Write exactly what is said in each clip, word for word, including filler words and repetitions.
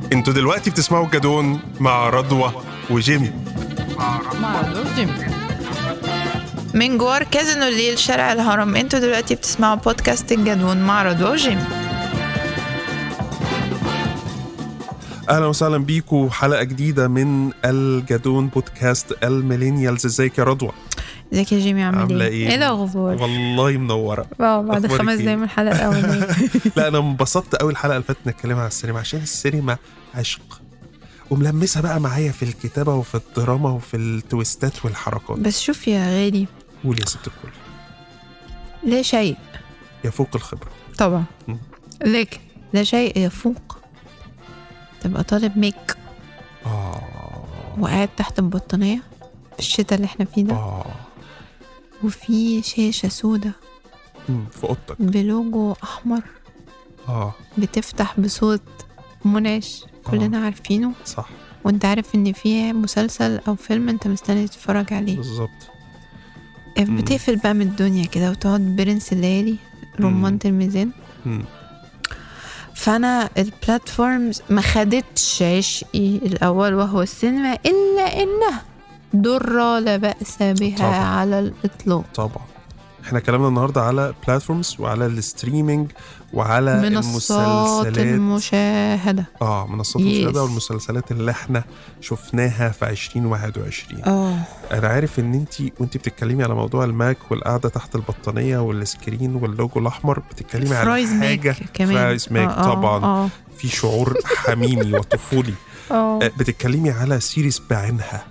انتوا دلوقتي بتسمعوا الجدون مع رضوى وجيمي. مع رضوى وجيمي من جوار كازينو الليل شارع الهرم. انتوا دلوقتي بتسمعوا بودكاست الجدون مع رضوى وجيمي. اهلا وسهلا بيكم حلقه جديده من الجدون بودكاست الميلينيالز. ازيك يا رضوى؟ ازيك يا جيمي؟ عامل ايه؟ ايه ايه الاخبار؟ والله منوره بعد خمس دقايق من الحلقه الاولانيه. لا انا انبسطت قوي الحلقه اللي فاتت نتكلم عن السينما، عشان السينما عشق، وملمسها بقى معايا في الكتابه وفي الدراما وفي التويستات والحركات. بس شوف يا غالي، قول يا ست الكل. لا شيء يفوق الخبره طبعا، م. لكن لا شيء يفوق تبقى طالب ميك اه وقاعد تحت البطانيه في الشتاء اللي احنا فيه ده، اه وفي شاشه سودة في اوضتك بلوجو احمر اه بتفتح بصوت منعش كلنا آه. عارفينه، صح، وانت عارف ان فيه مسلسل او فيلم انت مستني تتفرج عليه بالظبط. بتقفل بقى من الدنيا كده وتقعد برنس الليالي رمانة الميزان. مم. فانا البلاتفورمز ما خدتش عشقي الاول وهو السينما، الا انها ضرة لا بأس بها طبعا. على الاطلاق طبعا. احنا كلامنا النهارده على بلاتفورمز وعلى الستريمينج وعلى منصات المسلسلات المشاهدة اه منصات yes. المشاهدة والمسلسلات اللي احنا شفناها في عشرين واحد وعشرين. اه انا عارف ان انتي وانتي بتتكلمي على موضوع الماك والقعدة تحت البطانية والسكرين واللوجو الاحمر بتتكلمي على حاجة فرايز ميك آه طبعا آه. في شعور حميمي وطفولي. آه. بتتكلمي على سيريز بعينها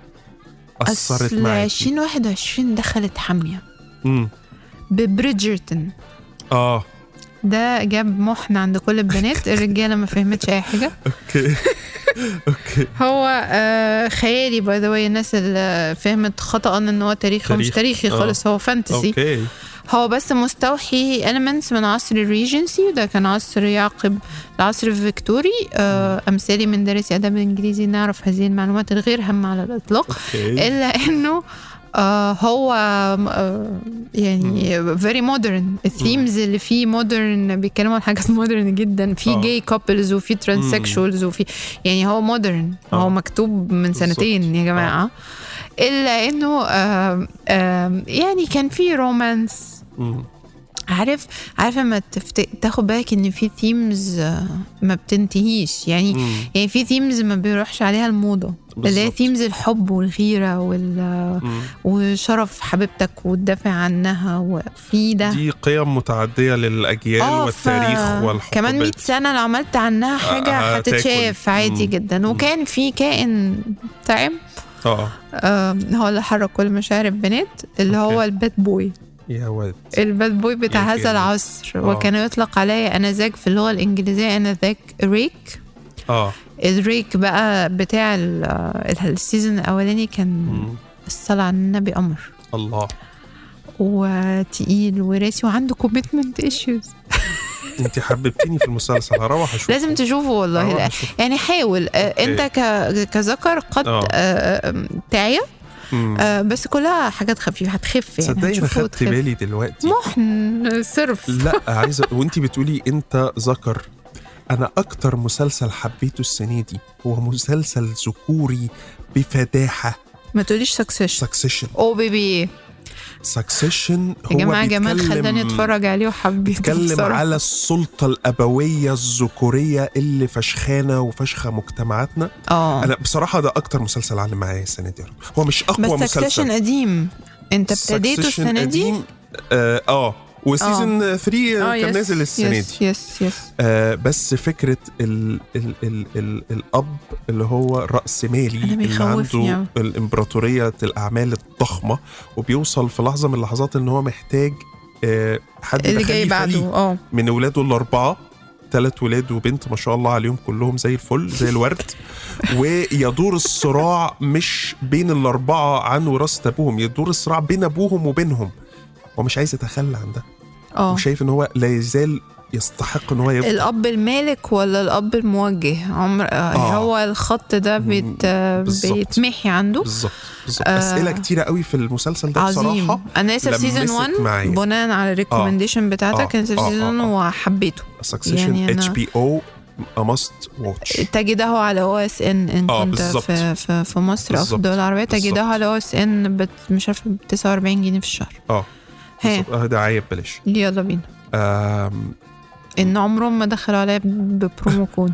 أثرت معاكي. عشرين واحد وعشرين دخلت حامية امم ببريدجرتون. اه ده جاب محن عند كل البنات. الرجاله ما فهمتش اي حاجه. اوكي اوكي هو آه خيالي باي ذا واي. الناس اللي فهمت خطأ ان هو تاريخي، مش تاريخي خالص. هو فانتسي. اوكي. هو بس مستوحي elements من عصر الريجنسي، وده كان عصر يعقب العصر الفيكتوري. آه امثالي من دارس ادب انجليزي نعرف هذه المعلومات الغير هامه على الاطلاق. أوكي. الا انه آه هو آه يعني very modern. الثيمز اللي فيه modern بيتكلموا عن حاجات modern جدا. في آه. gay couples وفي transsexuals وفي يعني هو modern. آه. هو مكتوب من سنتين بالزبط. يا جماعة. آه. إلا إنه آه آه يعني كان فيه رومانس. عارف عارفه ما تفت... تاخد بالك ان في ثيمز ما بتنتهيش يعني. مم. يعني في ثيمز ما بيروحش عليها الموضه، اللي هي ثيمز الحب والغيره وال وشرف حبيبتك والدافع عنها. وفي ده دي قيم متعديه للاجيال والتاريخ والحب. كمان مئة سنه لو عملت عنها حاجه آه هتتشاف عادي مم. جدا. وكان في كائن طعم اه هو اللي حرك كل مشاعر البنات، اللي أوكي. هو الباد بوي. يا ولد الباد بوي بتاع هذا العصر. آه. وكان يطلق عليه انذاك في اللغه الانجليزيه انذاك ريك. اه الريك بقى بتاع السيزون الاولاني كان الصلاة على النبي امر الله، وتقيل وراسي وعنده كوميتمنت ايشوز. انت حببتيني في المسلسل، هروح اشوفه. لازم تشوفه والله. لا. يعني حاول. آه انت كذكر قد آه. آه تعيا آه بس كلها حاجات خفيفة هتخف يعني. صدقني انا خدت بالي دلوقتي محن صرف. لا عايزه وانتي بتقولي انت ذكر، انا اكتر مسلسل حبيته السنه دي هو مسلسل ذكوري بفداحه. ما تقوليش سكسيشن. سكسيشن او بيبي سكسيشن. يا جماعه جمال خلاني اتفرج عليه وحبيته. بيتكلم على السلطه الابويه الذكوريه اللي فشخانه وفشخه مجتمعاتنا. اه انا بصراحه ده اكتر مسلسل علم معايا السنه دي. هو مش اقوى بس مسلسل. بس سكسيشن قديم. انت ابتديته السنه دي؟ اه, آه. وسيزن ثلاثة آه كان نازل السنة دي. يس يس يس. آه بس فكرة ال ال ال ال الأب اللي هو رأسمالي اللي عنده الإمبراطورية الأعمال الضخمة، وبيوصل في لحظة من اللحظات إن هو محتاج آه حد اللي جاي بعده آه. من ولاده الأربعة، ثلاث ولاد وبنت ما شاء الله عليهم كلهم زي الفل زي الورد. ويدور الصراع مش بين الأربعة عن وراثة أبوهم، يدور الصراع بين أبوهم وبينهم. ومش عايز يتخلى عن ده. أوه. وشايف ان هو لا يزال يستحق ان هو يفضل. الاب المالك ولا الاب الموجه؟ عمر آه. هو الخط ده بيت بيتمحي عنده. بالظبط بالظبط. آه. اسئله كتيره قوي في المسلسل ده بصراحه. انا لسه سيزون واحد بناء على الريكومنديشن آه. بتاعتك. كان سيزون آه. آه. وحبيته. سكسيشن اتش بي او a must watch. تجده على او اس ان ان آه كنت بالزبط. في, في في مصر او في الدول العربيه تجده على او اس ان بت مش عارفه ب تسعة وأربعين جنيه في الشهر. اه هي اه دعايه ببلاش. يلا بينا. آم... ان عمرهم ما دخلوا عليا ببرومو كود.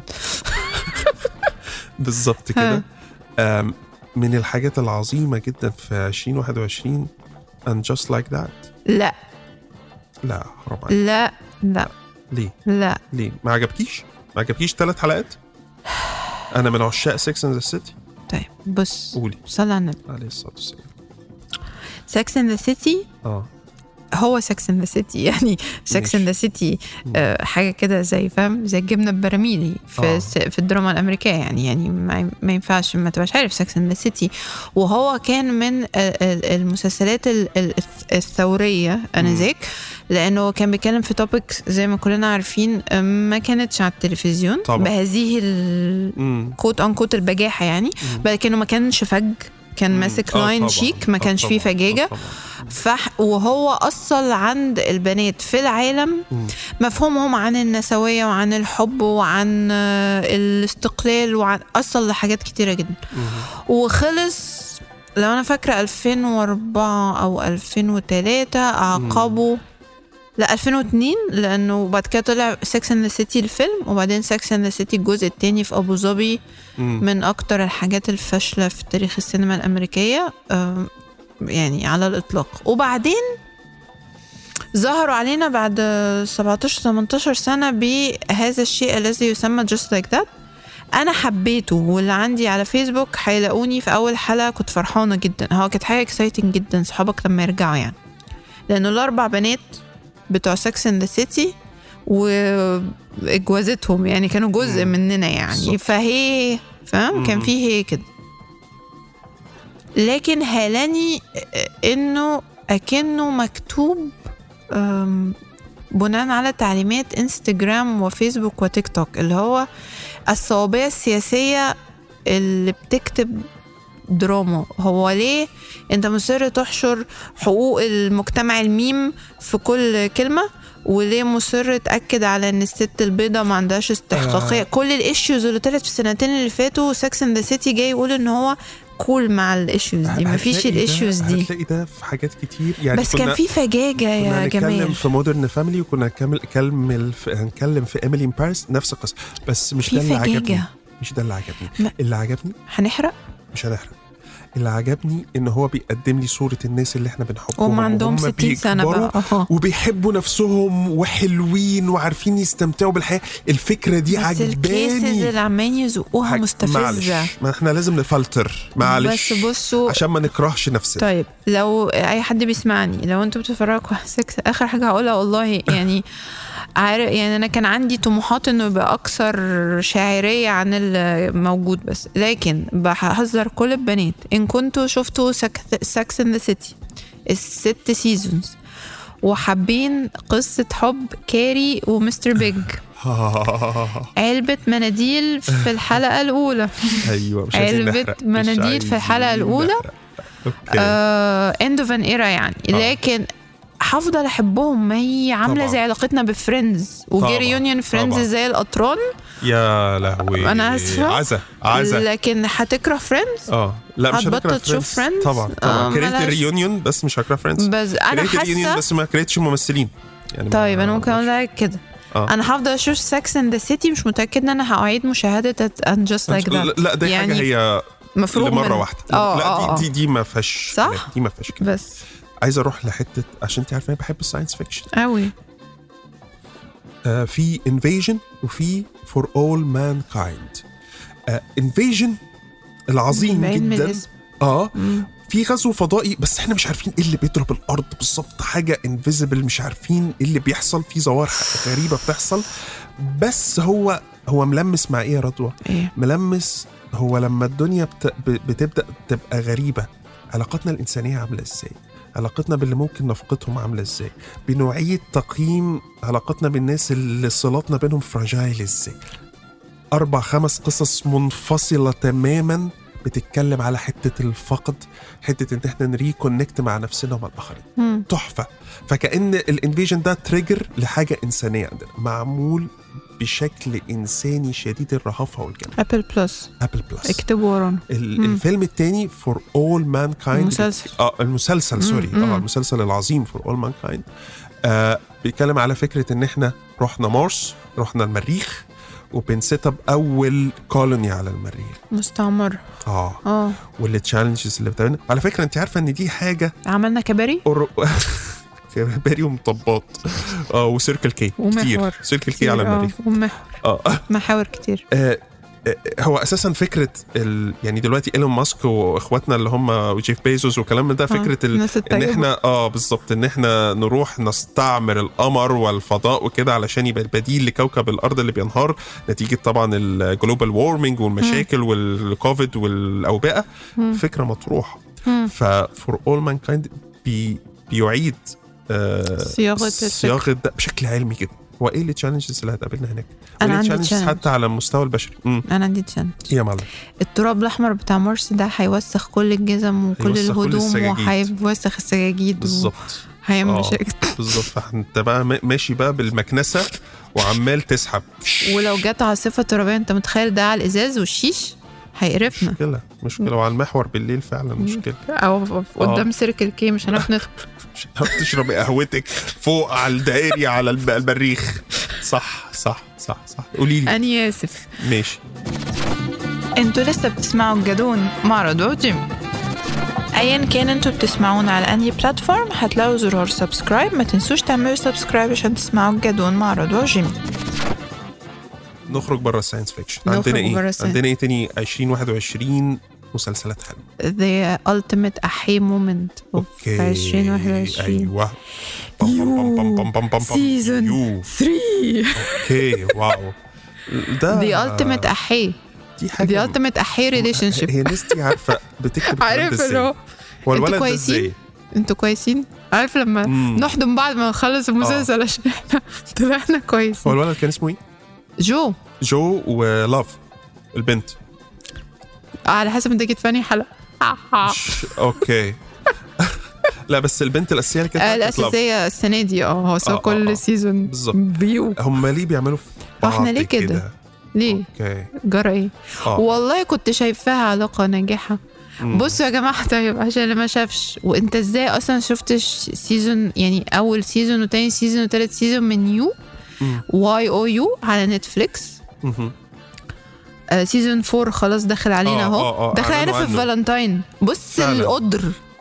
بالظبط كده. آم... من الحاجات العظيمه جدا في عشرين واحد وعشرين and just like that. لا لا حرام عليك. لا لا ليه لا ليه ما عجبكيش ما عجبكيش ثلاث حلقات؟ انا من عشاق سكس اند ذا سيتي. طيب بص قولي. صلى على النبي عليه الصلاه والسلام. سكس اند ذا سيتي اه هو سكس اند ذا سيتي يعني سكس اند ذا سيتي حاجه كده زي فاهم زي الجبنه البراميلي في آه. في الدراما الامريكيه يعني يعني ما, ما ينفعش ما تبقاش عارف سكس اند ذا سيتي. وهو كان من المسلسلات الثوريه انذاك لانه كان بيتكلم في توبكس زي ما كلنا عارفين ما كانتش على التلفزيون طبعا. بهذه الكوت ان كوت البجاحه يعني لكنه ما كانش فج كان ماسك لاين شيك ما كانش فيه فجاجه. فح وهو أصل عند البنات في العالم مفهومهم عن النسوية وعن الحب وعن الاستقلال وعن أصل لحاجات كتيرة جدا. وخلص لو أنا فاكرة ألفين وأربعة أو ألفين وثلاثة أعقبوا لا ألفين واثنين لأنه بعد كده طلع سكس اند ذا سيتي الفيلم وبعدين سكس اند ذا سيتي الجزء الثاني في أبو ظبي من أكتر الحاجات الفاشلة في تاريخ السينما الأمريكية يعني على الإطلاق. وبعدين ظهروا علينا بعد سبعتاشر ثمانية سنة بهذا الشيء الذي يسمى Just Like That. أنا حبيته واللي عندي على فيسبوك هيلاقوني في أول حلقة كنت فرحانة جدا. هو كانت حاجة exciting جدا صحابك لما يرجعوا يعني لأنه الأربع بنات بتوع Sex and the City وإجوازتهم يعني كانوا جزء مننا يعني فهي فاهم كان فيه هي كده. لكن هالاني انه اكنه مكتوب بناء على تعليمات انستجرام وفيسبوك وتيك توك اللي هو الصوابية السياسية اللي بتكتب دراما. هو ليه انت مصر تحشر حقوق المجتمع الميم في كل كلمة وليه مصر تأكد على ان الست البيضة ما عندهاش استحقاقية. آه. كل الاشيوز اللي طلعت في السنتين اللي فاتوا سكس اند ذا سيتي جاي يقول ان هو كول مع الايشوز دي مفيش الايشوز دي. هتلاقي ده في حاجات كتير يعني بس كان في فجاجة يا جماعة. نتكلم في مودرن فاميلي وكنا نكمل هنتكلم في إيميلي إن باريس نفس القصة بس مش ده اللي عجبني. مش ده اللي عجبني ما. اللي عجبني هنحرق مش هنحرق. اللي عجبني ان هو بيقدم لي صورة الناس اللي احنا بنحبهم وهم عندهم ستين سنة بقى وبيحبوا نفسهم وحلوين وعارفين يستمتعوا بالحياة. الفكرة دي عجباني. بس الكيسز اللي عمالين يزقوها مستفزة. ما احنا لازم نفلتر معلش بس بصوا عشان ما نكرهش نفسنا. طيب لو اي حد بيسمعني لو انتوا بتتفرجوا اخر حاجة هقولها والله يعني عارف يعني أنا كان عندي طموحات إنه يبقى أكثر شاعرية عن الموجود بس لكن بحذر كل البنات إن كنتوا شفتوا سكس إن ذا سيتي الست سيزونز وحابين قصة حب كاري ومستر بيج علبة مناديل في الحلقة الأولى. أيوة مش علبة مناديل في الحلقة الأولى إند اوف ان إيرا يعني لكن هفضل احبهم. ما هي عامله طبعا. زي علاقتنا بفريندز وجيري يونيون فريندز زي الاطران يا لهوي انا اسفه عزة عزة لكن هتكره فريندز اه لا مش هتبطل تشوف فريندز طبعا طبعا آه كريت الريونيون بس مش هكره فريندز بس انا حاسه بس ما كريتش ممثلين يعني. طيب انا ممكن اقول لك كده آه. انا هفضل اشوف سكس اند ذا سيتي مش متاكد ان انا هاعيد مشاهده ان جاست لايك ذات. لا دي يعني حاجه هي مفروض مره من... واحده آه لا آه دي دي, دي ما فيهاش صح دي ما فيهاش كده. بس عايز اروح لحته عشان انت عارفه انا بحب الساينس فيكشن قوي. آه في انفيجن وفي فور اول مان كايند. انفيجن العظيم جدا اه مم. في غزو فضائي بس احنا مش عارفين ايه اللي بيضرب الارض بالظبط حاجه انفيزبل مش عارفين ايه اللي بيحصل في ظواهر غريبه بتحصل بس هو هو ملمس مع ايه يا رضوى إيه؟ ملمس هو لما الدنيا بت... بتبدا تبقى غريبه علاقتنا الانسانيه عامله ازاي علاقتنا باللي ممكن نفقدهم عامله ازاي بنوعيه تقييم علاقتنا بالناس اللي صلاتنا بينهم فراجايل ازاي. اربع خمس قصص منفصله تماما بتتكلم على حته الفقد حته ان احنا نريكونكت مع نفسنا ومع الاخرين تحفه. فكأن الانفيجن ده تريجر لحاجه انسانيه عندنا معمول بشكل انساني شديد الرهافه والجمال. ابل بلس ابل بلس اكتبوا ورانا. الفيلم الثاني فور اول مانكايند، المسلسل اه المسلسل سوري مم. اه المسلسل العظيم فور اول مانكايند، آه بيتكلم على فكره ان احنا رحنا مارس، رحنا المريخ، وبنسيت اب اول كولوني على المريخ مستعمر. اه اه واللي تشالنجز اللي بتعملنا. على فكره انت عارفه ان دي حاجه عملنا كباري أور... كباري ومطبات اه وسيركل كي كتير، سيركل كي على المريخ ومحور اه محاور كتير. آه هو اساسا فكره ال... يعني دلوقتي ايلون ماسك واخواتنا اللي هم وجيف بيزوس وكلام من ده، فكره ال... ان احنا اه بالظبط ان احنا نروح نستعمر القمر والفضاء وكده علشان يبقى البديل لكوكب الارض اللي بينهار نتيجه طبعا الجلوبال وورمنج والمشاكل والكوفيد والاوبئه. فكره مطروحه. ففور اول مانكايند بي... بيعيد آه صياغه صياغه ده بشكل علمي كده. هو ايه التشالنجز اللي هتقابلنا هناك؟ انا عندي تشالنجز حتى على المستوى البشري. مم. انا عندي تشالنج يا معلم. التراب الاحمر بتاع مارس ده هيوسخ كل الجزم وكل الهدوم وهيوسخ السجاجيد بالظبط، هيعمل مشاكل بالظبط. فانت بقى ماشي بقى بالمكنسه وعمال تسحب، ولو جت عاصفه ترابيه انت متخيل ده على الازاز والشيش هيقرفنا. مشكله مشكله وعلى المحور بالليل فعلا مشكله، او قدام سيركل كي مش هنعرف ندخل، مش هتعرف تشرب قهوتك فوق على الدائري على المريخ. صح صح صح صح. قولي لي. أنا آسف. ماشي. انتوا لسه بتسمعوا الجدون مع رضوى وجيمي. ايا كان انتوا بتسمعونا على انهي بلاتفورم هتلاقوا زرار سبسكرايب، ما تنسوش تعملوا سبسكرايب عشان تسمعوا الجدون مع رضوى وجيمي. نخرج بره الساينس فيكشن. عندنا ايه؟ عندنا ايه تاني؟ عشرين واحد وعشرين مسلسلات حلوه. The ultimate أحي moment اوكي عشرين واحد وعشرين. ايوه سيزون ثلاثة. اوكي واو. ده The ultimate أحي. دي حاجه The ultimate أحي relationship. هي الناس دي عارفه بتكتب عارف اللي هو الولد ده ازاي؟ انتوا كويسين؟ عارف لما مم. نحضن بعد ما نخلص المسلسل عشان احنا طلعنا كويسين. هو الولد كان اسمه ايه؟ جو جو ولاف البنت على حسب انت جيت فاني حلقة. اوكي. لا بس البنت الاساسيه اللي كانت الاساسيه السنه دي اه هو سو كل سيزون بيو. هم ليه بيعملوا في بعض احنا ليه كده؟ ليه؟ اوكي جرى ايه؟ آه. والله كنت شايفاها علاقه ناجحه. مم. بصوا يا جماعه، طيب عشان اللي ما شافش، وانت ازاي اصلا شفتش سيزون يعني اول سيزون وتاني سيزون وتالت سيزون من يو واي او يو على نتفليكس. آه سيزون فور خلاص دخل علينا اهو. دخل علينا في الفالنتاين. بص القدر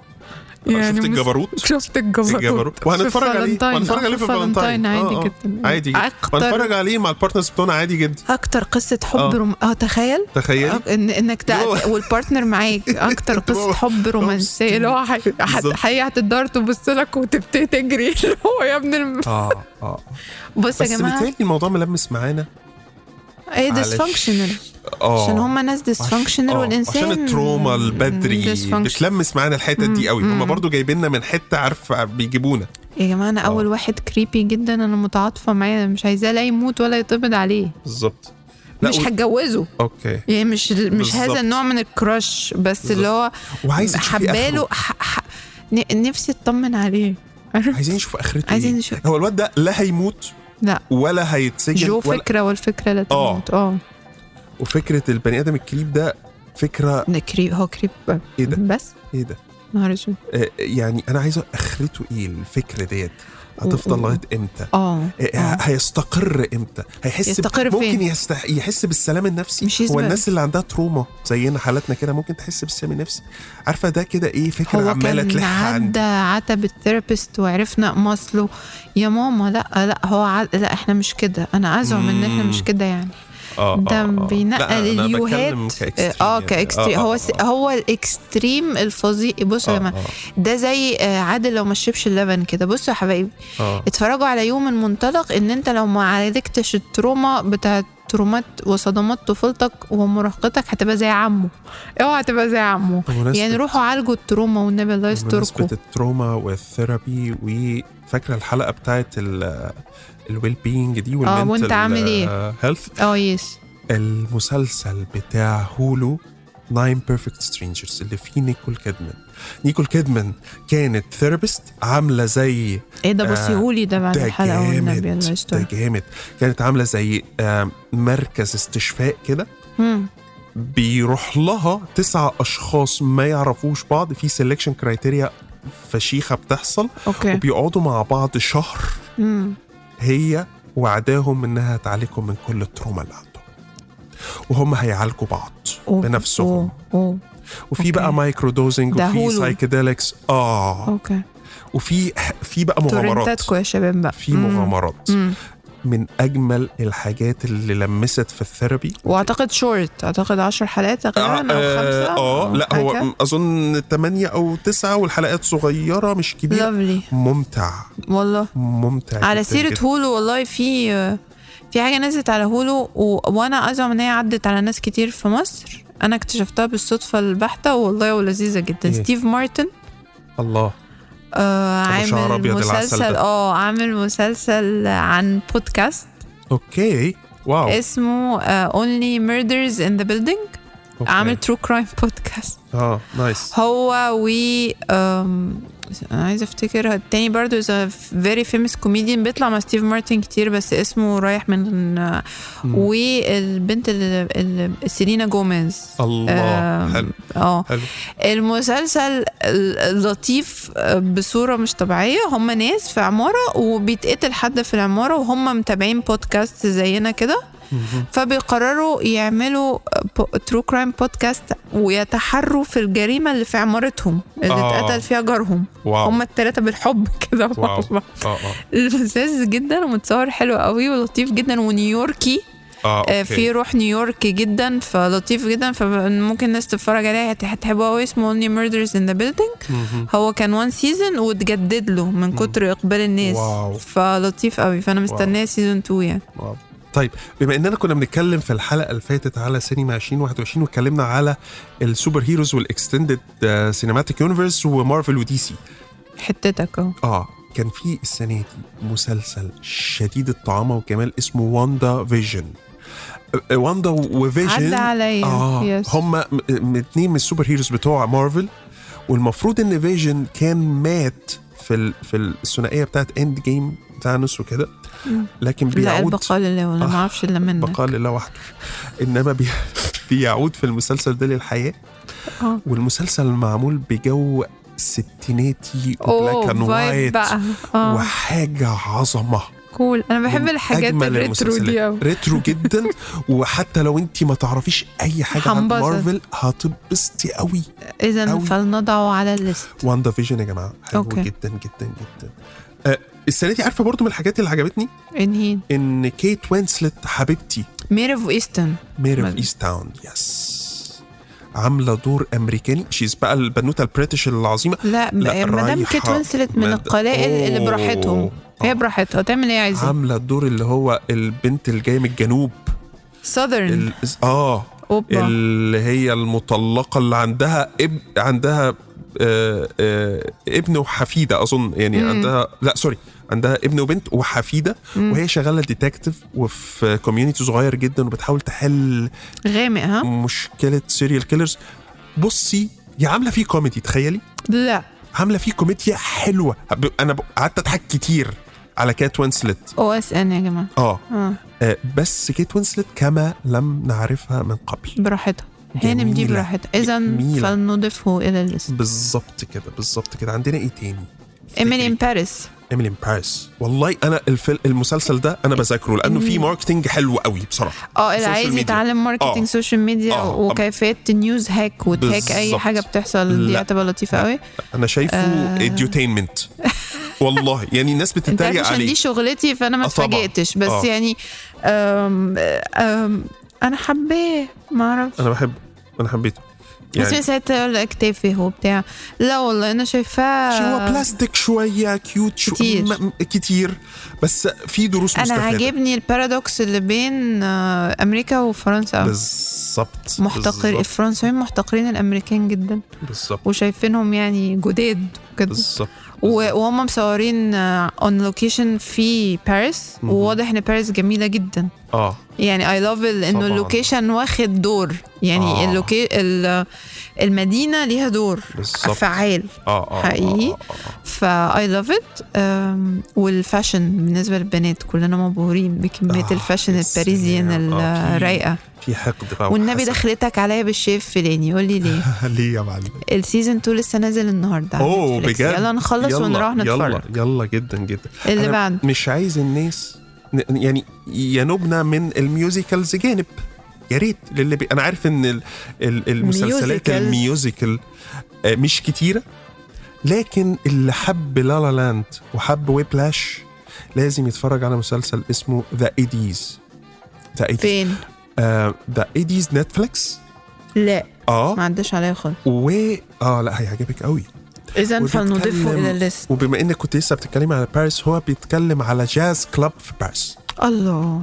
يعني شفت الجبروت شفت الجبروت وهنتفرج عليه وهنتفرج عليه في فالنتاين عادي جدا عادي جدا وهنتفرج عليه مع البارتنرز بتوعنا عادي جدا. اكتر قصه حب اه روم... اه تخيل تخيل ان انك تق... والبارتنر معاك اكتر قصه حب رومانسيه اللي هو حقيقي هتقدر تبص لك وتبتدي تجري اللي هو يا ابن الم... اه اه بص يا جماعه، بس بتهيألي الموضوع ملمس معانا ايه ديسفانكشنال عشان هم ناس ديسفانكشنال والانسان عشان التروما البدري بتلمس معانا الحته دي قوي. هم برضو جايبيننا من حته عارفه بيجيبونا. يا جماعه انا اول واحد كريبي جدا انا متعاطفه معاه، مش عايزاه لا يموت ولا يطبد عليه بالظبط. مش هتجوزه اوكي يعني مش مش بالزبط. هذا النوع من الكراش بس بالزبط. اللي هو حباله ح... ح... نفسي اطمن عليه. عايزين نشوف اخرته. عايزين نشوف هو الواد ده لا هيموت لا ولا هيتسجن جو فكره ولا... والفكره لا تموت. اه وفكره البني ادم الكريب ده فكره كريب. هو كريب ايه ده؟ بس ايه ده؟ نهار اسود. آه يعني انا عايزه اخرته ايه الفكره ديت؟ هتفضل لغايه امتى؟ اه هيستقر امتى؟ هيحس يستقر ب... ممكن فين؟ يستح... يحس بالسلام النفسي. هو الناس اللي عندها تروما زينا حالاتنا كده ممكن تحس بالسلام النفسي. عارفه ده كده ايه فكره عماله تلح عند عتب الثيرابيست وعرفنا مصله يا ماما. لا لا هو ع... لا احنا مش كده. انا ازعم ان احنا مش كده يعني. آه ده آه بينقل اليوهات اه كاكستريم. هو س... هو الاكستريم الفظيع. بصوا يا جماعه ده زي عادل لو ما شربش اللبن كده. بصوا يا حبايبي آه. اتفرجوا على يوم المنطلق ان انت لو ما عالجتش التروما بتاعت ترومات وصدمات طفولتك ومراهقتك هتبقى زي عمه. اوعى هتبقى زي عمه يعني. روحوا عالجوا التروما والنبي الله يستركم. بمناسبة التروما والثيرابي، وفاكره الحلقه بتاعت الويل بينج دي والمنتل اه وانت عامل ايه هيلث. اه يس المسلسل بتاع هولو Nine Perfect Strangers اللي فيه نيكول كيدمان. نيكول كيدمان كانت ثيرابيست عاملة زي ايه ده بصيهولي ده بعد الحلقة والنبي الله يستر. ده جامد. كانت عاملة زي مركز استشفاء كده بيروح لها تسعة أشخاص ما يعرفوش بعض في سيلكشن كرايتيريا فشيخة بتحصل. أوكي. وبيقعدوا مع بعض شهر. مم. هي وعداهم إنها تعالجهم من كل التروما اللي عندهم وهم هيعالجوا بعض أوه. بنفسهم. أوه. أوه. وفي أوكي. بقى مايكرو دوزنج وفي سايكيديلكس اه اوكي وفي في بقى مغامرات يا شباب بقى. في مغامرات مم. من اجمل الحاجات اللي لمست في الثيرابي. واعتقد شورت اعتقد عشر حلقات تقريبا او خمسة اه لا هو حاجة. اظن ثمانية او تسعة والحلقات صغيره مش كبيره. لافلي. ممتع والله ممتع على سيره جداً. هولو والله في في حاجه نزلت على هولو و... وانا ازعم ان هي عدت على ناس كتير في مصر. انا اكتشفتها بالصدفه البحته والله ولذيذه جدا. إيه؟ ستيف مارتن. الله. آه عامل مسلسل اه عامل مسلسل عن بودكاست. اوكي واو اسمه uh, Only Murders in the Building. أوكي. عامل True Crime بودكاست. اه نايس. هو وي um, انا عايزه افتكرها التاني برضو is a very famous comedian بيطلع مع ستيف مارتن كتير بس اسمه رايح من uh, والبنت اللي سيلينا جوميز. الله. حلو اه المسلسل لطيف بصوره مش طبيعيه. هم ناس في عماره وبيتقتل حد في العماره وهم متابعين بودكاست زينا كده فبيقرروا يعملوا ترو كرايم بودكاست ويتحروا في الجريمة اللي في عمارتهم اللي آه. اتقتل فيها جارهم. هم الثلاثة بالحب كده. لذيذ جدا ومتصور حلو قوي ولطيف جدا ونيويوركي. آه، في روح نيويورك جدا فلطيف جدا فممكن الناس تتفرج عليه هتحبوه قوي. اسمه Only Murders in the Building. هو كان وان سيزون وتجدد له من كتر اقبال الناس. واو. فلطيف قوي فانا مستنيه سيزون اتنين يعني. واو. طيب بما اننا كنا بنتكلم في الحلقه اللي فاتت على سينما عشرين واحد وعشرين واتكلمنا على السوبر هيروز والاكستندد سينماتيك يونيفرس ومارفل ودي سي حتتك اه اه كان في السنه دي مسلسل شديد الطعامه والجمال اسمه واندا فيجن. واندا وفيجن عدى عليا اه هم اتنين من السوبر هيروز بتوع مارفل والمفروض ان فيجن كان مات في في الثنائيه بتاعت اند جيم ثانوس وكده لكن بيعود. لا البقاء لله ولا ما اعرفش الا منك. بقاء لله وحده. انما بي... بيعود في المسلسل ده للحياه. آه. والمسلسل معمول بجو ستيناتي وبلاك اند وايت آه. وحاجه عظمه. كول انا بحب الحاجات الريترو دي أو. ريترو جدا وحتى لو انت ما تعرفيش اي حاجه عن مارفل هتبسطي قوي. اذا فلنضعه على الليست. واندا فيجن يا جماعه حلو أوكي. جدا جدا جدا. أه السنه دي عارفه برضو من الحاجات اللي عجبتني انهين ان كيت وينسلت حبيبتي مير اوف ايستون مير اوف ايستاون يس عامله دور امريكاني. شيز بقى البنوته البريتش العظيمه. لا, لا مدام كيت وينسلت من القلائل اللي براحتهم. هي براحتها تعمل ايه عايزه. عامله الدور اللي هو البنت اللي جايه من الجنوب ساذرن اه أوبا. اللي هي المطلقه اللي عندها اب عندها آه آه ابن وحفيده اظن يعني مم. عندها لا سوري عندها ابن وبنت وحفيده مم. وهي شغاله ديتكتيف وفي كوميونيتي صغير جدا وبتحاول تحل غامق ها مشكله سيريال كيلرز. بصي يا عامله فيه كوميدي تخيلي. لا عامله فيه كوميديا حلوه. انا قعدت اضحك كتير على كيت وينسلت. او اس ان يا جماعه اه, آه. آه بس كيت وينسلت كما لم نعرفها من قبل براحتها. هانم دي براحتها. اذا فلنضيفه الى الليست. بالظبط كده بالظبط كده. عندنا ايه تاني؟ إيميلي إن باريس. إيميلي إن باريس والله انا الفيلم المسلسل ده انا بذاكره لانه فيه ماركتينج حلو قوي بصراحه. اه اللي عايز يتعلم ماركتينج سوشيال ميديا آه. وكيفيه النيوز هاك وتهاك اي حاجه بتحصل دي هتبقى لطيفه قوي. انا شايفه اديوتينمنت والله يعني الناس بتتريق عليه. دي شغلتي فانا ما اتفاجئتش بس آه. يعني أم أم انا حبيه ما اعرف. انا بحب انا حبيته يعني. بس ساعتها الاكتافي هو بتاع لا والله انا شايفاه هو بلاستيك شويه كيوت شو كتير. م- كتير بس في دروس انا مستفاده. انا عاجبني البارادوكس اللي بين امريكا وفرنسا. بالظبط محتقر الفرنسيين محتقرين الامريكان جدا بالظبط وشايفينهم يعني جداد كده بالظبط وهم مصورين اون لوكيشن في باريس وواضح ان باريس جميله جدا اه يعني I love ال- انه طبعاً. اللوكيشن واخد دور يعني آه. اللوكي ال- المدينة ليها دور بالظبط. فعال اه اه حقيقي. آه، آه، آه. فا I love it. أم، والفاشن بالنسبة للبنات كلنا مبهورين بكمية آه، الفاشن يا الباريزيان سلام. آه، في- الرايقة. في حقد بقى والنبي وحسد. دخلتك عليا بالشيف فلاني يقول لي ليه ليه يا معلم؟ السيزون اتنين لسه نازل النهارده على اوه نتفليكس. بجد يلا نخلص يلا ونروح نتفرج. يلا يلا جدا جدا. اللي أنا بعد مش عايز الناس ن- يعني ينوبنا من الميوزيكالز جانب يا ريت للي بي... انا عارف ان ال... ال... المسلسلات ميوزيكالز. الميوزيكال آه، مش كتيره، لكن اللي حب لا لا لاند وحب ويبلاش لازم يتفرج على مسلسل اسمه ذا ايديز. ذا ايديز فين؟ ذا ايديز نتفليكس. لا اه ما عداش عليا خالص. و اه لا هيعجبك قوي. اذا فلنضيفه وبيتكلم- الى الليست. وبما انك كنت لسه بتتكلمي على باريس، هو بيتكلم على جاز كلاب في باريس، الله.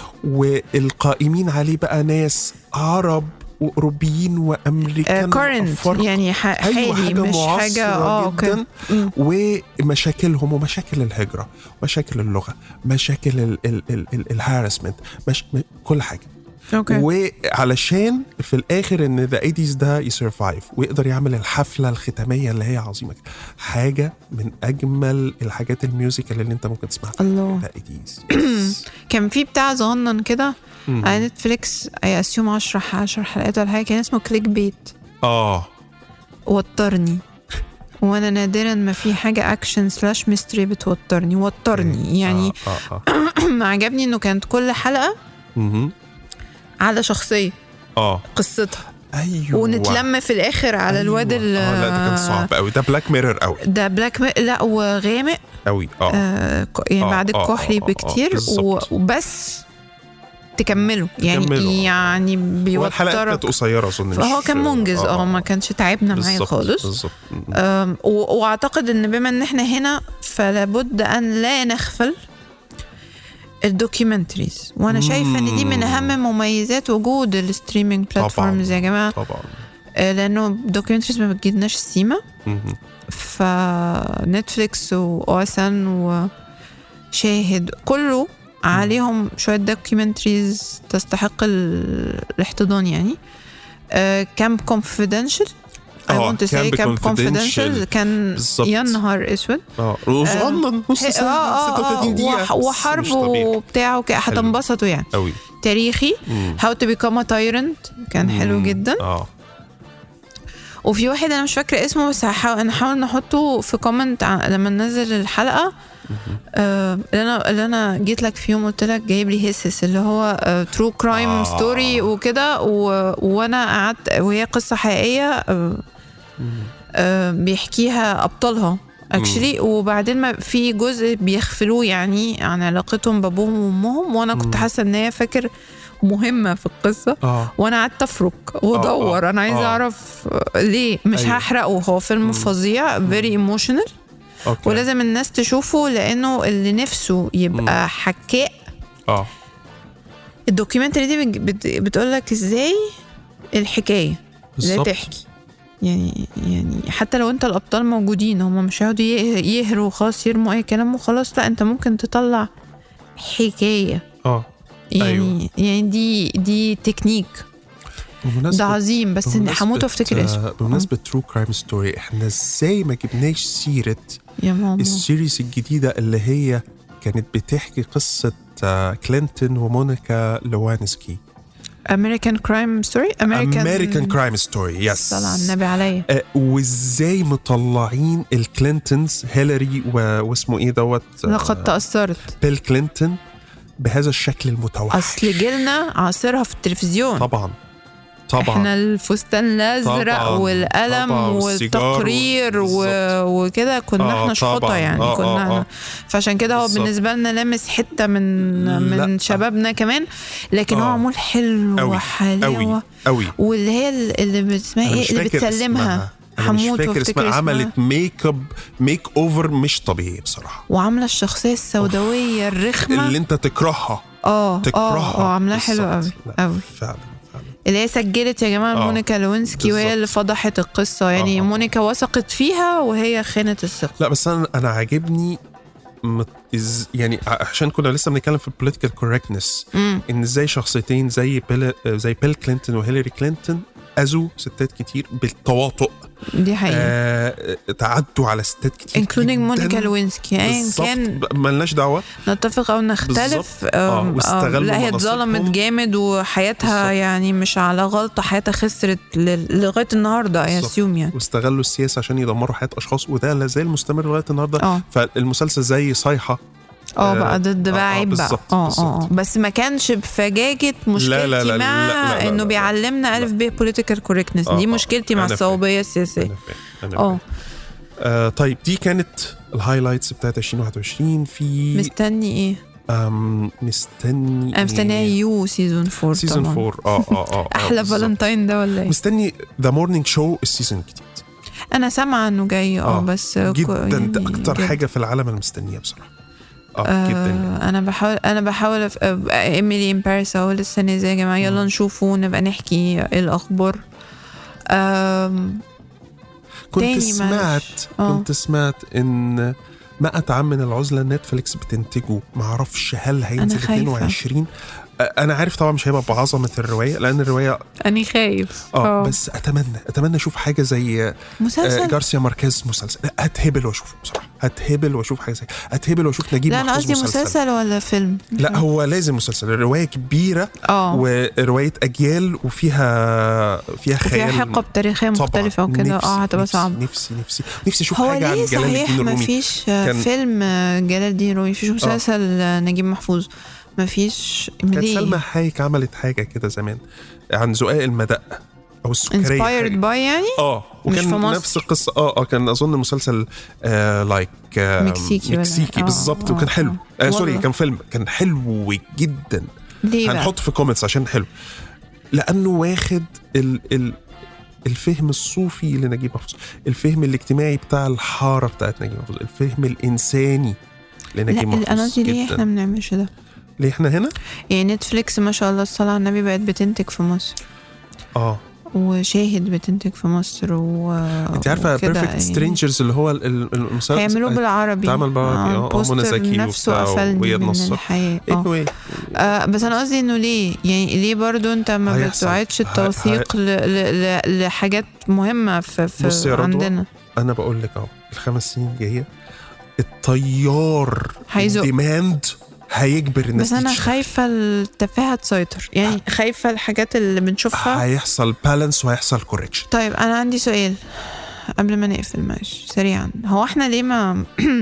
والقائمين عليه بقى ناس عرب واوروبيين وامريكان كارنت وأفارقة. يعني ح- أيوة، حالي مش معاصرة حاجه اه جدا. اوكي. مم. ومشاكلهم ومشاكل الهجرة، مشاكل اللغة، مشاكل ال- ال- ال- ال- الهارسمنت، مش م- كل حاجة. اوكي. وعلشان في الاخر ان ذا ايديز ده يسرفايف ويقدر يعمل الحفله الختاميه اللي هي عظيمه كده. حاجه من اجمل الحاجات الميوزيكال اللي انت ممكن تسمعها. الله. ذا ايديز كان في بتاع صغنن كده على نتفليكس اي اسيوم عشرة عشر حلقات ولا حاجه، كان اسمه كليك بيت. اه وترني وانا نادرا ما في حاجه اكشن سلاش ميستري بتوترني وترني يعني. اه اه عجبني انه كانت كل حلقه اه على شخصيه اه قصتها ايوه ونتلم في الاخر على الواد أيوة. ال اه لا ده كان صعب قوي، ده بلاك ميرور قوي ده بلاك مي... لا وغامق قوي. اه آه ك- يعني آه، بعد آه، الكحلي آه، آه، بكتير و... بالظبط. وبس تكمله يعني تكمله، آه. يعني هو الحلقات بيوترك. كانت قصيره اظن. فهو مش- كان منجز اه ما كانش تعبنا معايا بالظبط، خالص. بالظبط. آم، و- واعتقد ان بما ان احنا هنا فلابد ان لا نغفل الدوكيومنتريز، وانا شايفه ان دي من اهم مميزات وجود الستريمينج بلاتفورمز يا جماعه. طبعا آه، لانه الدوكيومنتريز ما بتجيلناش السيما. مهم. فنتفليكس واو اس ان وشاهد كله عليهم شويه دوكيومنتريز تستحق ال- الاحتضان يعني. كامب كونفيدنشال I آه، want to say Camp Camp Confidential Confidential. كان بالظبط. يا نهار اسود. اه صغنن نص اه ساعه ستة وثلاثين دقيقه وح- وحرب وبتاع وكده هتنبسطوا يعني. قوي. تاريخي How to become a tyrant كان حلو جدا. اه وفي واحد انا مش فاكره اسمه بس هحاول نحاول نحطه في كومنت لما ننزل الحلقه. آه اللي انا اللي انا جيت لك في يوم قلت لك جايب لي هيسس اللي هو ترو كرايم ستوري وكده و- وانا قعدت وهي قصه حقيقيه آه آه بيحكيها ابطالها اكشلي. وبعدين ما في جزء بيخفلوه يعني عن علاقتهم بابوهم وامهم، وانا كنت حاسه ان هي فاكر مهمه في القصه. اه وانا قعدت افرك وادور آه، انا عايزه آه. اعرف ليه. مش أيوة. هحرقه، هو فيلم فظيع very emotional اوكي. ولازم الناس تشوفه لانه اللي نفسه يبقى حكاء. اه الدوكيومنتري دي بت- بتقولك ازاي الحكايه لا بالظبط. تحكي يعني يعني حتى لو انت الابطال موجودين هم مش هيقعدوا يه- يهروا خلاص يرموا اي كلام وخلاص، لا انت ممكن تطلع حكايه اه يعني. أيوة. يعني دي دي تكنيك بمناسبة- ده عظيم. بس اني بمناسبة- هموت وافتكر اسمه. آه، بمناسبة ترو كرايم ستوري، احنا ازاي ما جبناش سيرة يا ماما السيريز الجديدة اللي هي كانت بتحكي قصة آه، كلينتون ومونيكا لوانسكي. امريكان كرايم ستوري امريكان كرايم ستوري. يس صلى على النبي عليا. آه، وازاي مطلعين الكلينتونز هيلاري و... واسمه ايه دوت آه، لقد تأثرت. بيل كلينتون بهذا الشكل المتوحش. اصل جيلنا عاصرها في التلفزيون. طبعا طبعا احنا الفستان الازرق طبعاً. والقلم طبعاً. والسيجار والتقرير و... بالظبط. وكده كنا آه، احنا شحطه طبعاً. يعني آه، كنا آه، آه. فعشان كده هو بالظبط. بالنسبه لنا لامس حته من لا. من شبابنا كمان، لكن هو آه. معمول حلو قوي وحلاوه قوي قوي. واللي هي اللي اسمها أنا ايه مش اللي فاكر بتسلمها اسمها. أنا مش حموت فاكر وافتكر اسمها. اسمها. عملت ميك اب ميك اوفر مش طبيعي بصراحه، وعامله الشخصيه السوداويه الرخمه اللي انت تكرهها اه تكرهها. اه اه عاملاها حلو قوي بالظبط. لا، قوي. فعلا فعلا. اللي هي سجلت يا جماعه آه. مونيكا لوينسكي وهي بالظبط. اللي فضحت القصه يعني. آه. مونيكا وثقت فيها وهي خانت الثقه. لا بس انا انا عاجبني مت إز يعني عشان كنا لسه بنتكلم في البوليتيكال كوركتنس ان ازاي شخصيتين زي بيل زي بيل كلينتون وهيلاري كلينتون اذوا ستات كتير بالتواطؤ. دي حقيقة. آه، تعدوا على ستات كتير including مونيكا لوينسكي يعني كان ملناش دعوة نتفق أو نختلف. آه آه لا هي اتظلمت جامد وحياتها بالزبط. يعني مش على غلطة، حياتها خسرت لغاية النهاردة يا سيوم يعني. واستغلوا السياسة عشان يدمروا حياة أشخاص وده لازال مستمر لغاية النهاردة. أوه. فالمسلسل زي صيحة اه بقى ضد بقى عيب بقى اه اه بس ما كانش بفجاجة مشكلتي لا لا لا مع لا لا لا انه بيعلمنا الف ب political correctness. دي مشكلتي مع الصوابية السياسية. اه آه طيب دي كانت الهايلايتس بتاعت عشرين واحد وعشرين. في مستني ايه؟ أم مستني أنا مستني يو سيزون فور سيزون فور اه اه اه احلى فالنتاين ده ولا ايه؟ مستني ذا مورنينج شو السيزون الجديد. انا سامعه انه جاي اه بس جدا يعني اكتر جد. حاجه في العالم انا مستنيها بصراحه. اه, آه جدا يعني. انا بحاول انا بحاول ايميلي ان باريس اهو لسه نازل يا جماعه يلا نشوفه ونبقى نحكي ايه الاخبار. كنت سمعت أوه. كنت سمعت ان ما أتعم من العزلة نتفليكس بتنتجه، معرفش هل هينزل اثنين وعشرين. أنا عارف طبعا مش هيبقى بعظمة الرواية لأن الرواية أنا خايف آه بس أتمنى أتمنى أشوف حاجة زي مسلسل جارسيا ماركيز مسلسل. لا هتهبل وأشوف بصراحة، هتهبل وأشوف حاجة زي هتهبل وأشوف نجيب محفوظ. لا أنا قصدي مسلسل. مسلسل ولا فيلم؟ لا هو لازم مسلسل. الرواية كبيرة أوه. ورواية أجيال وفيها فيها خيال، فيها حقب تاريخية مختلفة وكده. اه هتبقى صعب. نفسي نفسي نفسي أشوف حاجة عن جلال الدين الرومي. ما فيش فيلم جلال الدين الرومي، فيش مسلسل نجيب محفوظ، ما فيش. كانت سلمى حايك عملت حاجة كده زمان عن زقاق المدق أو السكرية inspired by يعني اه وكان نفس القصة اه اه كان أظن مسلسل آه لايك آه مكسيكي مكسيكي بالظبط. وكان حلو آه سوري كان فيلم كان حلو جدا. هنحط في كومنتس عشان حلو لأنه واخد ال ال الفهم الصوفي لنجيب محفوظ، الفهم الاجتماعي بتاع الحارة بتاعت نجيب محفوظ، الفهم الإنساني لنجيب محفوظ. لا أنا دي ليه إحنا بنعملش ده؟ ليه احنا هنا؟ يعني نتفليكس ما شاء الله الصلاة على النبي بقت بتنتج في مصر اه وشاهد بتنتج في مصر و انت عارفه بيرفكت سترينجرز اللي هو المسلسل هيعملوا بالعربي تعمل بالعربي اه منى زكي نفسه قفلني من الحياة اه آه بس انا قصدي انه ليه يعني ليه برضو انت ما بتوعدش التوثيق ل... ل... لحاجات مهمة في, في عندنا. انا بقول لك اهو الخمس سنين الجايه الطيار الديماند هيجبر الناس. بس انا خايفه التفاهه تسيطر يعني ه... خايفه الحاجات اللي بنشوفها هيحصل بالانس وهيحصل كوركشن. طيب انا عندي سؤال قبل ما نقفل ماشي سريعا. هو احنا ليه ما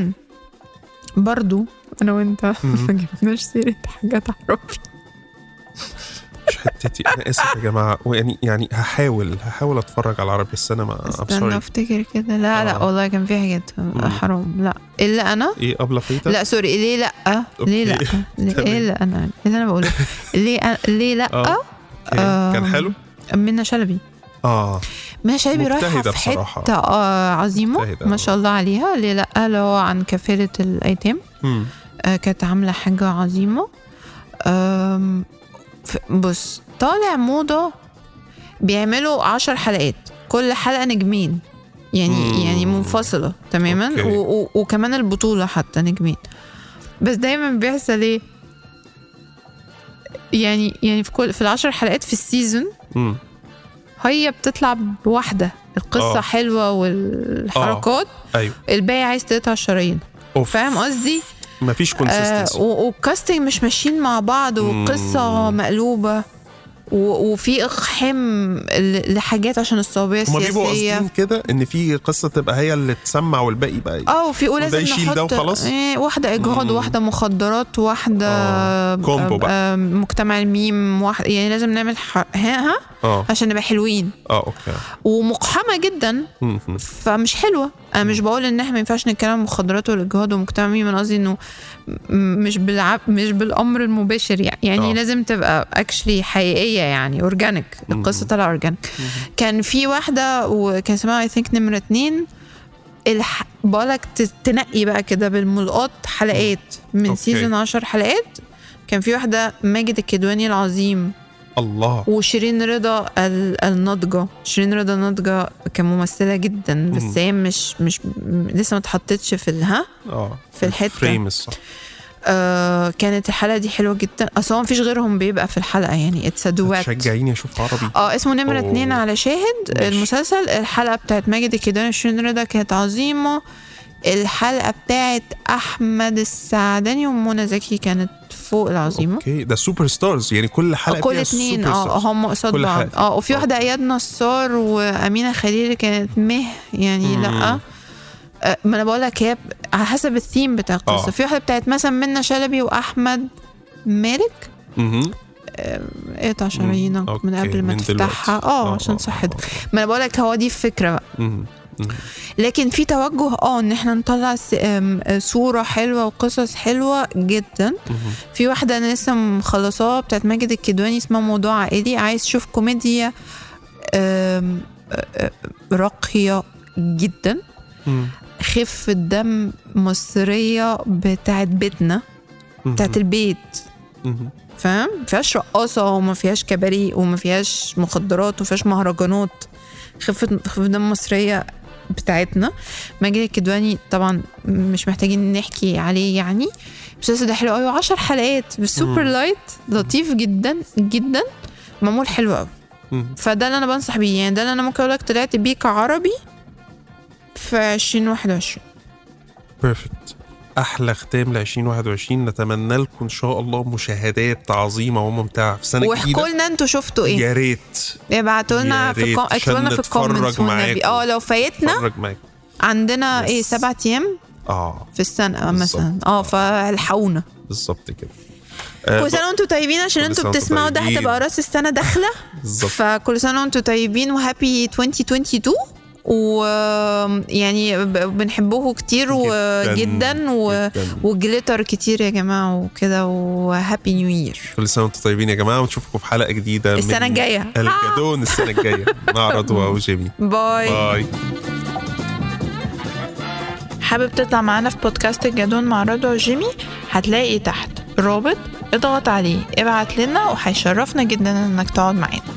برضو انا وانت ما جبناش سيره حاجات عربي؟ مش حتتي انا اسف يا جماعه يعني يعني هحاول هحاول اتفرج على العربي السينما. استنى افتكر كده. لا آه. لا والله كان في حاجات حرام. لا الا انا ايه قبل فيتا. لا سوري ليه لا ليه لا ليه لا انا اللي انا بقوله ليه ليه لا آه. آه. كان حلو. منى شلبي اه منى شلبي رايحه في حته آه عظيمه ما شاء الله عليها. ليه لا اللي هو عن كفاله الايتام آه كانت عامله حاجه عظيمه. آه بص طالع موضة بيعملوا عشر حلقات كل حلقة نجمين يعني مم. يعني منفصلة تماما و- و- وكمان البطولة حتى نجمين. بس دايما بيحصل ايه يعني يعني في كل في العشر حلقات في السيزون مم. هي بتطلع بواحدة القصة أوه. حلوة والحركات أيوه. الباقي عايز تقطع الشرايين. فاهم قصدي؟ مفيش كونسيستنسي آه والكاستنج مش ماشيين مع بعض والقصة مقلوبة وفي اقحام لحاجات عشان الصوابية السياسية. هما بيبقوا قاصدين كده ان في قصة تبقى هي اللي تسمع والباقي بقى اه وفي لازم يشيل ده وخلاص. ايه واحدة اجهاض وواحدة مخدرات وواحدة آه. كومبو بقى. مجتمع الميم واحد يعني لازم نعمل ح... ها ها آه. عشان نبقى حلوين. اه اوكي ومقحمة جدا فمش حلوة. انا مش بقول ان احنا ما ينفعش نتكلم عن المخدرات والاجهاض ومجتمع الميم. انا قصدي انه مش بالعب مش بالامر المباشر يعني يعني أوه. لازم تبقى اكشلي حقيقيه يعني اورجانيك. القصه طلع اورجانيك. كان في واحده وكان اسمها اي ثينك نمره اتنين الح... بالك تنقي بقى كده بالملقاط حلقات من أوكي. سيزون عشر حلقات. كان في واحده ماجد الكدواني العظيم الله. وشيرين رضا الناضجة، شيرين رضا ناضجة كممثلة جدا، بس هي مش مش لسه ما اتحطتش في الها اه في الحتة فريم الصح. آه كانت الحلقة دي حلوة جدا، اصلا مفيش غيرهم بيبقى في الحلقة، يعني اتس دوات. شجعيني اشوف عربي. اه اسمه نمرة أوه. اتنين على شاهد. مش. المسلسل الحلقة بتاعت ماجد الكدواني وشيرين رضا كانت عظيمة. الحلقة بتاعت احمد السعداني ومنى زكي كانت فوق العظيمة. اوكي ده سوبر ستارز يعني كل حلقة كل اتنين اه هم قصاد بعض. اه وفي واحدة اياد نصار وامينة خليل كانت مه يعني. مم. لا ما انا بقول لك هي على حسب الثيم بتاع القصه. في واحده بتاعت مثلا منى شلبي واحمد مالك اها اقطع شرايينك من قبل ما تفتحها اه عشان صحتك. ما انا بقول لك هو دي الفكره بقى. مم. لكن في توجه اه ان احنا نطلع صوره حلوه وقصص حلوه جدا. مم. في واحده انا لسه مخلصاها بتاعت ماجد الكدواني اسمها موضوع عائلي. عايز تشوف كوميديا راقيه جدا، خف الدم مصرية بتاعت بيتنا بتاعت البيت، فاهم؟ فيهاش رقاصة وما فيهاش كباريه وما فيهاش مخدرات وما فيهاش مهرجانات. خفة خفة دم مصرية بتاعتنا. ماجد الكدواني طبعا مش محتاجين نحكي عليه يعني. المسلسل ده حلو قوي، عشر حلقات بالسوبر لايت، لطيف جدا جدا، معمول حلو قوي. فده اللي انا بنصح بيه يعني. ده اللي انا ممكن اقولك طلعت بيه كعربي في عشرين واحد وعشرين. بيرفكت. أحلى ختام ل عشرين واحد وعشرين. نتمنى لكم إن شاء الله مشاهدات عظيمة وممتعة في سنة جديدة. واحكوا لنا أنتوا شفتوا إيه. يا ريت ابعتوا لنا في الكوم... اكتبوا لنا في الكومنتس والنبي. اه لو فايتنا عندنا إيه سبعة أيام اه في السنة مثلا اه فالحقونا بالظبط كده. كل سنة وانتوا طيبين عشان انتوا بتسمعوا ده هتبقى راس السنة داخلة. فكل سنة وانتوا طيبين وهابي عشرين اتنين وعشرين. ويعني بنحبوه كتير وجدا وجليتر كتير يا جماعة وكده. وهابي نيو يير. كل سنة وانتم طيبين يا جماعة، ونشوفكم في حلقة جديدة السنة الجاية الجدون السنة الجاية مع رضوى وجيمي. باي باي. حابب تطلع معانا في بودكاست الجدون مع رضوى وجيمي؟ هتلاقي تحت رابط، اضغط عليه، ابعت لنا وهيشرفنا جدا انك تقعد معانا.